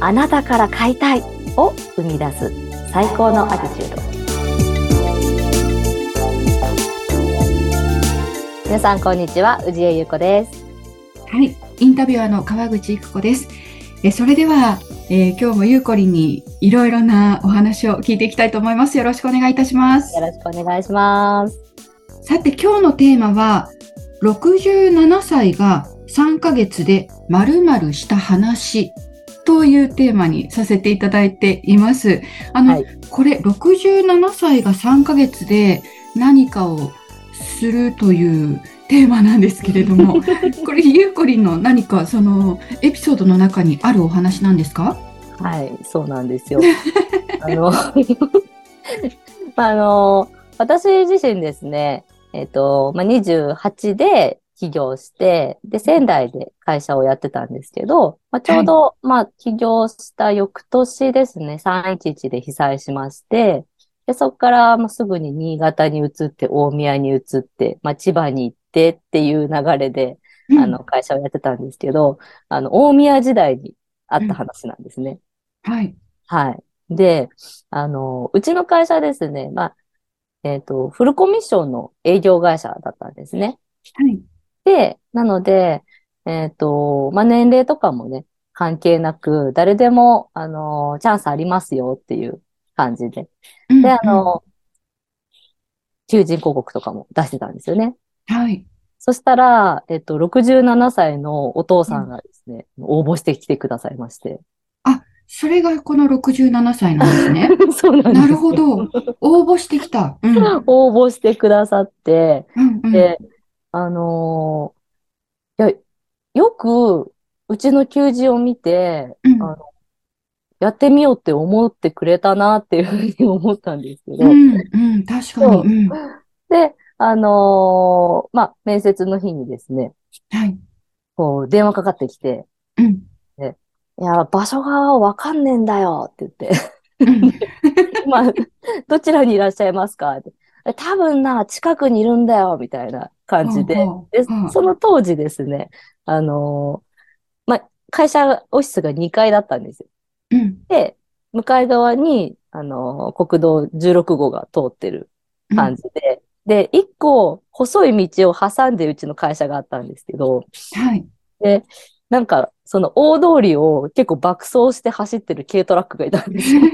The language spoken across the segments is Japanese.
あなたから買いたいを生み出す最高のアティチュード。皆さんこんにちは、氏家優子です。 はい、インタビュアーの川口育子です。それでは、今日もゆうこりんにいろいろなお話を聞いていきたいと思います。よろしくお願いいたします。 よろしくお願いします。 さて今日のテーマは67歳が3ヶ月で〇〇した話というテーマにさせていただいています。これ67歳が3ヶ月で何かをするというテーマなんですけれどもこれゆうこりんの何かそのエピソードの中にあるお話なんですか？ はい、そうなんですよ。私自身ですね、28で起業して、で、仙台で会社をやってたんですけど、ちょうど、起業した翌年ですね、311で被災しまして、で、そこからすぐに新潟に移って、大宮に移って、千葉に行ってっていう流れで、会社をやってたんですけど、大宮時代にあった話なんですね。 はい。 はい。で、うちの会社ですね、フルコミッションの営業会社だったんですね。 はい。 で、なので、年齢とかもね、関係なく、誰でも、チャンスありますよっていう感じで。で、求人広告とかも出してたんですよね。 はい。 そしたら、67歳のお父さんがですね、応募してきてくださいまして。 あ、それがこの67歳なんですね。 そうなんなるですよ。 ほど。応募してきた。 応募してくださって、 うんうん。 で、あのいや、よく、うちの求人を見て、 うん。 やってみようって思ってくれたなっていうふうに思ったんですけど、 うんうん。確かに。 そう。 うん。 で、面接の日にですね、 はい。 こう、電話かかってきて、 うん。 でいや、場所がわかんねえんだよって言って、 うん。 まあ、どちらにいらっしゃいますかって。多分な、近くにいるんだよ、みたいな感ほうじで。で、 ほう。はその当時ですね、あの会社オフィスが2階だったんですよ。 うん。 で、向かい側に、国道16号が通ってるうん。 感じで、で、1個細い道を挟んでうちの会社があったんですけど、 はい。 で、なんか、その大通りを結構爆走して走ってる軽トラックがいたんですよね。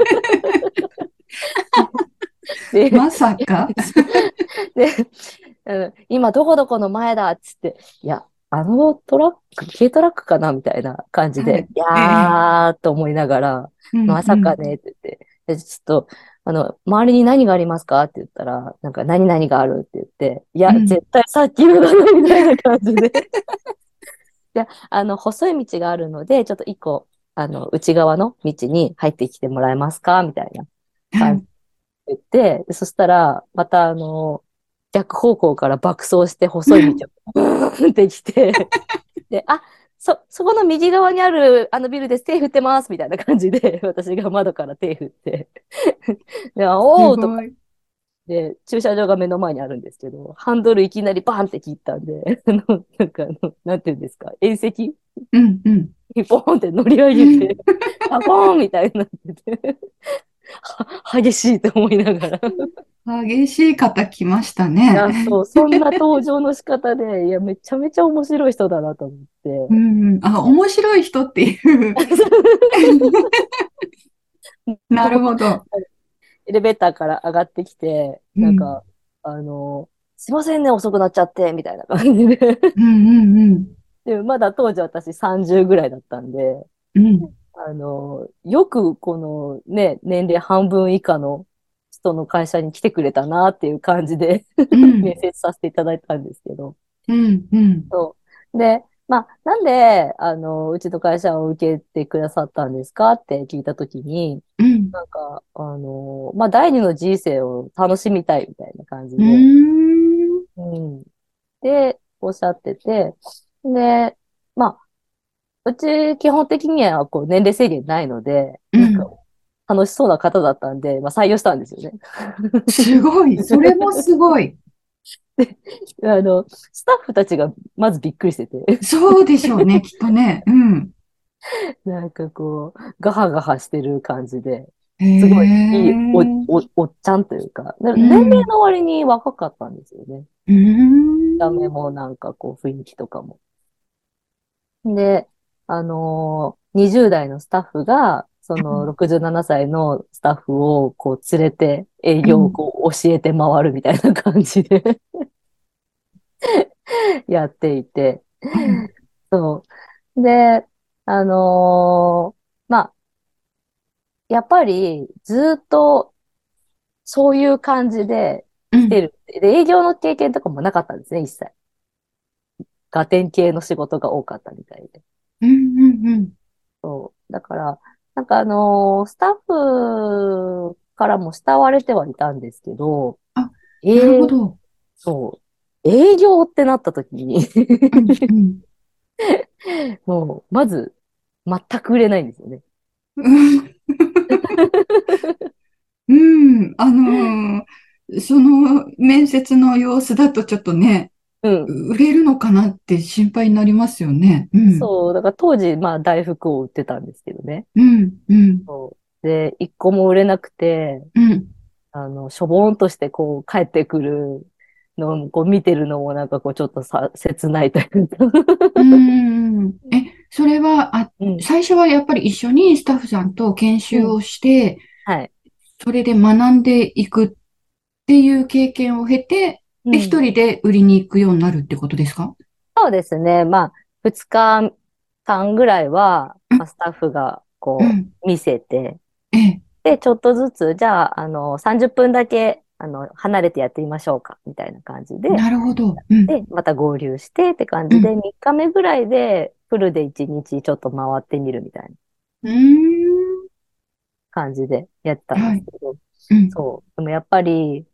で、 まさか。 で、今どこどこの前だっつって、いや、あのトラック、軽トラックかなみたいな感じで、 はい。 いええ。 やーと思いながら、 うんまうん。 さかねって言って、で、ちょっと、周りに何がありますかって言ったら、なんか何々があるって言って、いや、 うん。 絶対さっきのだな、みたいな感じで。で、細い道があるので、ちょっと一個、内側の道に入ってきてもらえますかみたいな感じはい。 で言って、でそしたら、また逆方向から爆走して細い道を、ブーンって来て、で、そこの右側にあるあのビルです、手振ってます、みたいな感じで、私が窓から手振って、で、おーとかすごい。 で、駐車場が目の前にあるんですけど、ハンドルいきなりバーンって切ったんで、なんていうんですか、縁石うんうん。 にポーンって乗り上げて、パコーンみたいになってて、激しいと思いながら。 激しい方来ましたね。 いや、そう、そんな登場の仕方で、いや、めちゃめちゃ面白い人だなと思っうんうん。あ、 て。 面白い人っていう。なるもうほど。 エレベーターから上がってきて、 うん。 すいませんね、遅くなっちゃって、みたいな感じで。 うんうんうん。 で、まだ当時私30ぐらいだったんで、 うん。 よくこのね、年齢半分以下の人の会社に来てくれたなっていう感じでうん。 面接させていただいたんですけど。 うん。うん。 そう。で、なんで、うちの会社を受けてくださったんですかって聞いたときに、 うん。 なんか、第二の人生を楽しみたいみたいな感じうーで、 ん。 うん。で、おっしゃってて、で、まうち基本的にはこう年齢制限ないので、なんかうん。 楽しそうな方だったんで、採用したんですよね。 すごい。それもすごい。 で、スタッフたちがまずびっくりしてて、 そうでしょうね、きっとね。うん。 なんかこう、ガハガハしてる感じで、 へすごいいいえ。 おっちゃんというか、で年齢うん。 の割に若かったんですよね。 うーん。 見た目もなんかこう雰囲気とかも。で、20代のスタッフが、その67歳のスタッフをこう連れて営業をうん。 こう教えて回るみたいな感じでやっていて。 はい。 そう。で、まあ、やっぱりずっとそういう感じでうん。 来てる。で、営業の経験とかもなかったんですね、一切。ガテン系の仕事が多かったみたいで。 うん。うん。うん。 そう。だから、なんかスタッフからも慕われてはいたんですけど、 あ、なるええほど。 そう。営業ってなった時にうん。うん。 もう、まず、全く売れないんですよね。 うん。うん。その面接の様子だとちょっとね、 うん。 売れるのかなって心配になりますよね。うん。 そう。だから当時、まあ、大福を売ってたんですけどね。 うん。うん。 そう。で、一個も売れなくて、 うん。 しょぼーんとしてこう帰ってくるのをこう見てるのもなんかこうちょっと切ないというかうーん。それは、 うん。 最初はやっぱり一緒にスタッフさんと研修うん。 をして、 はい。 それで学んでいくっていう経験を経て、で、一うん。 人で売りに行くようになるってことですか？ そうですね。まあ、2日間ぐらいは、 うん、 まあ、スタッフがこうん、 う見せて、 ええ、 で、ちょっとずつ、じゃあ、30分だけ、離れてやってみましょうか、みたいな感じで、 なるほど。うん、 で、また合流してって感じで、 うん、 3日目ぐらいで、フルで1日ちょっと回ってみるみたいなうーん、 感じでやってたんではい、 すけど、 うん、 そう。でもやっぱり、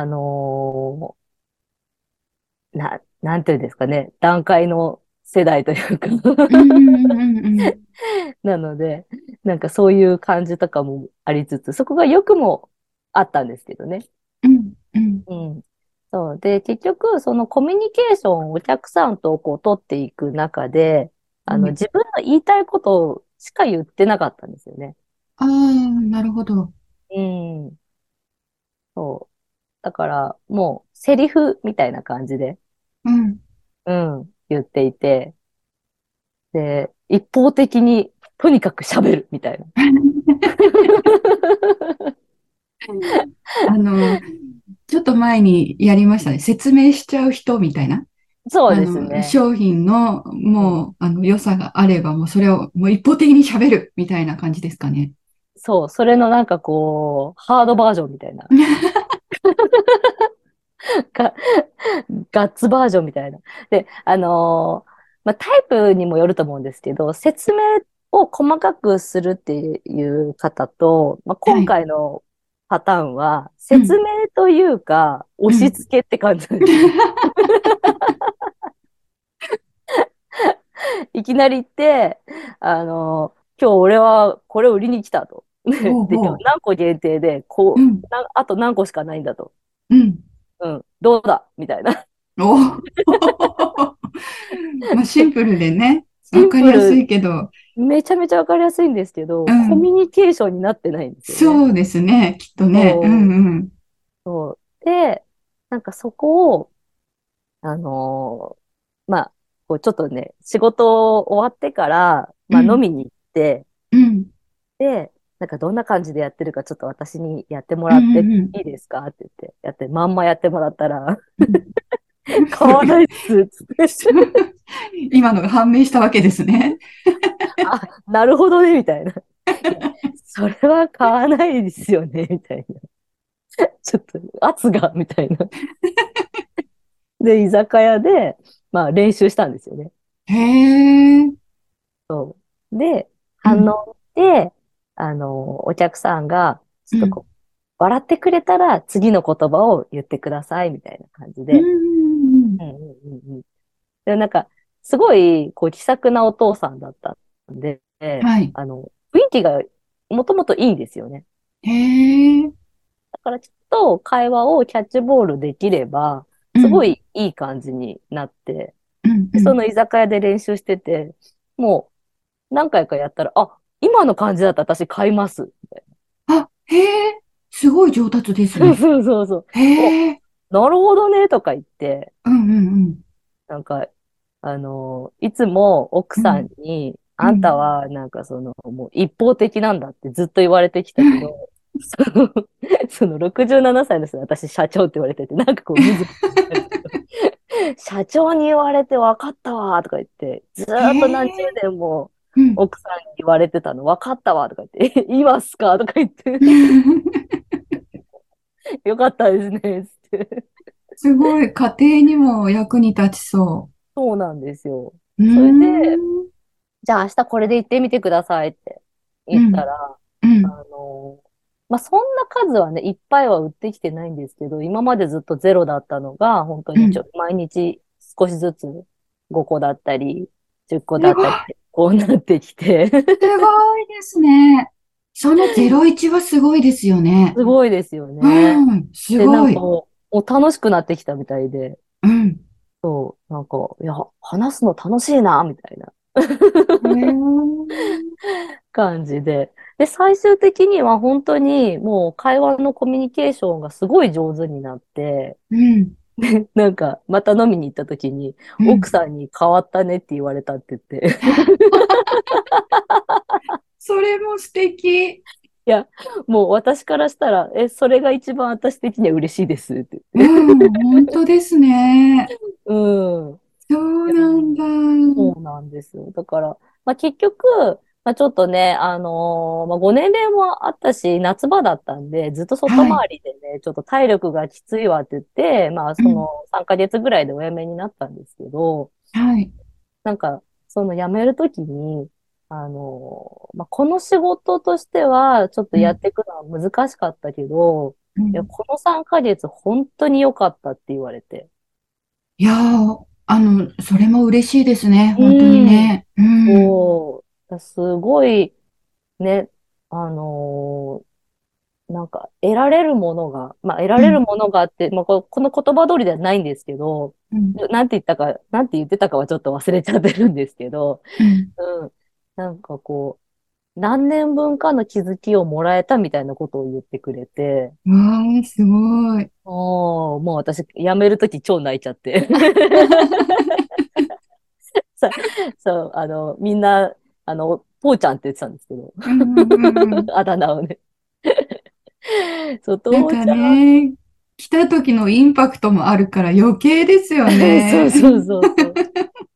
なんていうんですかね、段階の世代というかうん、うん、うん、うん、 なので、なんかそういう感じとかもありつつ、そこが良くもあったんですけどね。 うん、うん、 うん。そう。で、結局、そのコミュニケーションをお客さんとこう取っていく中で、 うん。 自分の言いたいことしか言ってなかったんですよね。 ああ、なるほど。 うん。そう。だから、もう、セリフみたいな感じで、 うん。 うん、言っていて、で、一方的にとにかく喋るみたいな。 あの、ちょっと前にやりましたね。説明しちゃう人みたいな。 そうですね。 商品のうん。 もう、良さがあれば、もうそれをもう一方的に喋るみたいな感じですかね。 そう、それのなんかこう、ハードバージョンみたいな。がガッツバージョンみたいな。で、まあ、タイプにもよると思うんですけど、説明を細かくするっていう方と、まあ、今はい。 回のパターンは、 うん、 説明というか、押しうん。 付けって感じなんですよね。いきなり行って、今日俺はこれを売りに来たと。で、今ほうほ日何個限定で、 う。うん、 あと何個しかないんだと。 うん。 うん、どうだみたいな。 おまあ、シンプルでね、 シわかりやすンプル、 いけど、 めちゃめちゃわかりやすいんですけど、コミうん。 ュニケーションになってないんですよね。 そうですね、きっとね。うそう、 ん、うん。 そう。で、なんかそこを、まあ、こうちょっとね、仕事終わってから、まあ飲うん、 みに行って、 うん、 で、なんかどんな感じでやってるかちょっと私にやってもうん、 らってうん。 いいですかって言って、まんまやってもらったら、 うん。 買わないっす、つって。 今のが判明したわけですね。 あ、なるほどね、みたいな。いや、それは買わないですよね、みたいな。ちょっと圧が、みたいな。で、居酒屋で、まあ練習したんですよね。 へえ。 そう。で、 うん、 反応で、お客さんが、ちょうん、 っとこう、笑ってくれたら次の言葉を言ってください、みたいな感じうん、 で。 うん。 うんうんうんうん。で、なんか、すごい、こう、気さくなお父さんだったんで、 はい。 雰囲気がもともといいんですよね。 へえ。 だから、ちょっと会話をキャッチボールできれば、 うん、 すごいいい感じになって、 うん、うで、そん。 の居酒屋で練習してて、もう、 何回かやったら、あ、今の感じだったら私買います。みたいあ、へえ、すごい上達ですな。 ね。 そうそうそう。お、 へえ、 なるほどね、とか言って、 うんうんなんか、いつも奥うん。 さんうんに、あんたうん。 は、もう一方的なんだってずっと言われてきたけど、その、その67歳の人に私社長って言われてて、なんかこう、むずむずしたんですけど、社長に言われて分かったわとか言って、ずへーっと何十え、 年もうん。 奥さんに言われてたの分かったわとか言って、今っすかとか言って、よかったですね、つって。 すごい、家庭にも役に立ちそそうなんですよ。 う。うーそれで、 ん、 じゃあ明日これで行ってみてくださいって言ったうん、 ら、あうん、 の、まあ、そんな数はね、いっぱいは売ってきてないんですけど、今までずっとゼロだったのが、本当うん。 毎日少しずつ5個だったり、10個だすごい、 ったり、こうなってきて、 すごいですね。その01はすごいですよね。 すごいですよね。 うん、すで、なんごい。 かもう楽しくなってきたみたいで、 うん。 そう、なんか、いや、話すの楽しいな、みたいな。 へえ、 感じで。で、最終的には本当にもう会話のコミュニケーションがすごい上手になって、 うん、 なんかまた飲みに行った時にうん。 奥さんに変わったねって言われたって言って。 それも素敵。 いや、もう私からしたら、それが一番私的には嬉しいですってう言って。 ん、本当ですね。 うん。 そういやなんだ。うそうなんですよ。だから、まあ、結局、まあ、ちょっとね、まあ、ご年齢もあったし、夏場だったんで、ずっと外はい。 回りでね、ちょっと体力がきついわって言って、まあ、 うん、 その3ヶ月ぐらいでお辞めになったんですけど、 はい。 なんか、その辞めるときに、まあ、この仕事としては、ちょっとうん、 やっていくのは難しかったけど、いや、 うん。 この3ヶ月本当に良かったって言われて。 いやー、それも嬉しいですね。本当にうん。 ね。うん、 そう。すごい、ね、あのなんか得られるものが、まあ得らうん、 れるものがあって、まあこの言葉通りではないんですけど、 うん、 なんて言ってたかはちょっと忘れちゃってるんですけど、 うん。 うん。なんかこう、何年分かの気づきをもらえたみたいなことを言ってくれて、 わー、すごい。 もう私辞めるとき超泣いちゃって。さそう、みんな、父ちゃんって言ってたんですけど、 うんうんうん。 あだ名をね。そう、 なんか父ちゃね、来た時のインパクトもあるから余計ですよん。そうね。 そうそうそう。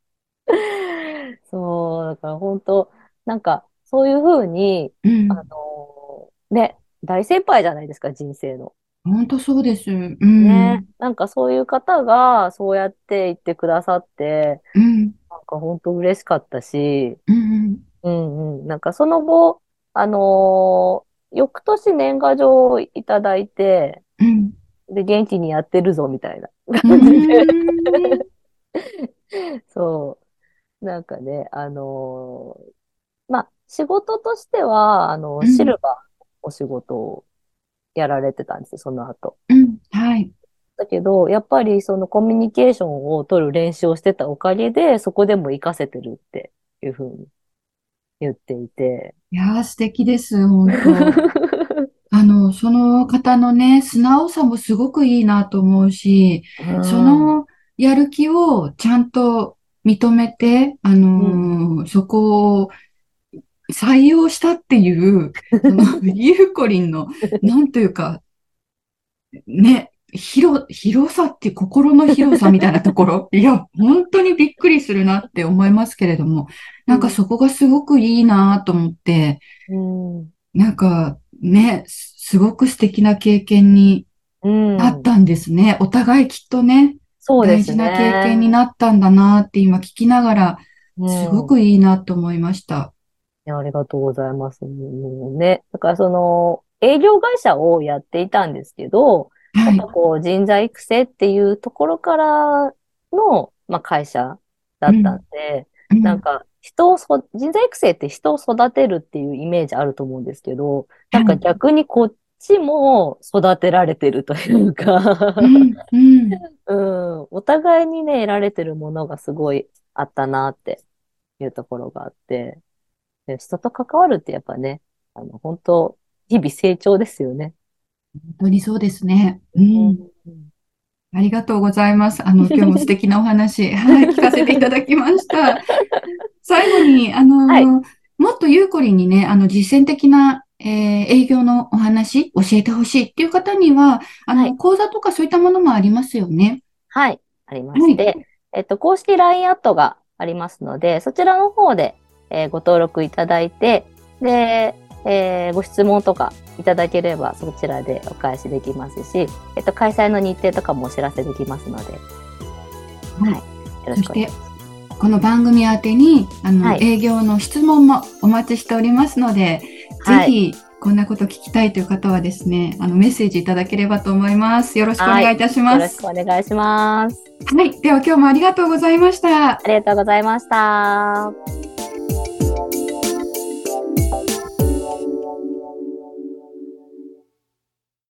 そう、だから本当、なんか、そういうふうに、 うん。 ね、大先輩じゃないですか、人生の。 本当そうです。うね、 ん。 なんかそういう方が、そうやって言ってくださって、 うん。 なんか本当嬉しかったし、 うん。 うんうん、なんかその後、翌年年賀状をいただいて、 うん。 で、元気にやってるぞ、みたいなう感じで、 ん。 そう、なんかね、まあ、仕事としては、シうん。 ルバーのお仕事をやられてたんですよ、その後。 うん。はい。 だけど、やっぱりそのコミュニケーションを取る練習をしてたおかげで、そこでも活かせてるっていうふうに言っていて。 いやー、素敵です。本当。その方のね、素直さもすごくいいなと思うし、 うん。 そのやる気をちゃんと認めて、 うん。 そこを採用したっていう、そのゆうこりんの、なんというか、ね、広さって心の広さみたいなところ、いや、本当にびっくりするなって思いますけれども、なんかうん。 そこがすごくいいなと思って、 うん。 なんかね、すごく素敵な経験にうん。 なったんですね。お互いきっとね、 そうです大事な経験にね。 なったんだなって今聞きながら、 うすごん。 くいいなと思いました。 いや、ありがとうございます。もうね。だからその、営業会社をやっていたんですけど、やはい。 っぱこう、人材育成っていうところからの、まあ、会社だったんうん、 で、 うん、 なんか、人材育成って人を育てるっていうイメージあると思うんですけど、なんかはい。 逆にこっちも育てられてるというかうん、うん。 うん、お互いにね、得られてるものがすごいあったなっていうところがあって、 で人と関わるってやっぱね、本当、日々成長ですよね。 本当にそうですね。ううん。 ん。ありがとうございます。今日も素敵なお話、はい、聞かせていただきました。最後に、 はい。 もっとゆうこりんにね、実践的な、営業のお話、教えてほしいっていう方には、 はい。 講座とかそういったものもありますよね。 はい。ありまはい。 して、公式 LINE アットがありますので、そちらの方で、ご登録いただいて、で、ご質問とかいただければそちらでお返しできますし、開催の日程とかもお知らせできますので、はい。よはい。 ろそして、 しくお願いします。 この番組宛てに、 はい。 営業の質問もお待ちしておりますので、ぜはい。 ひ、こんなこと聞きたいという方はですね、メッセージいただければと思います。よろしくおはい。 願いいたしよろしくます。 お願いします。 はい。では今日もありがとうございました。 ありがとうございました。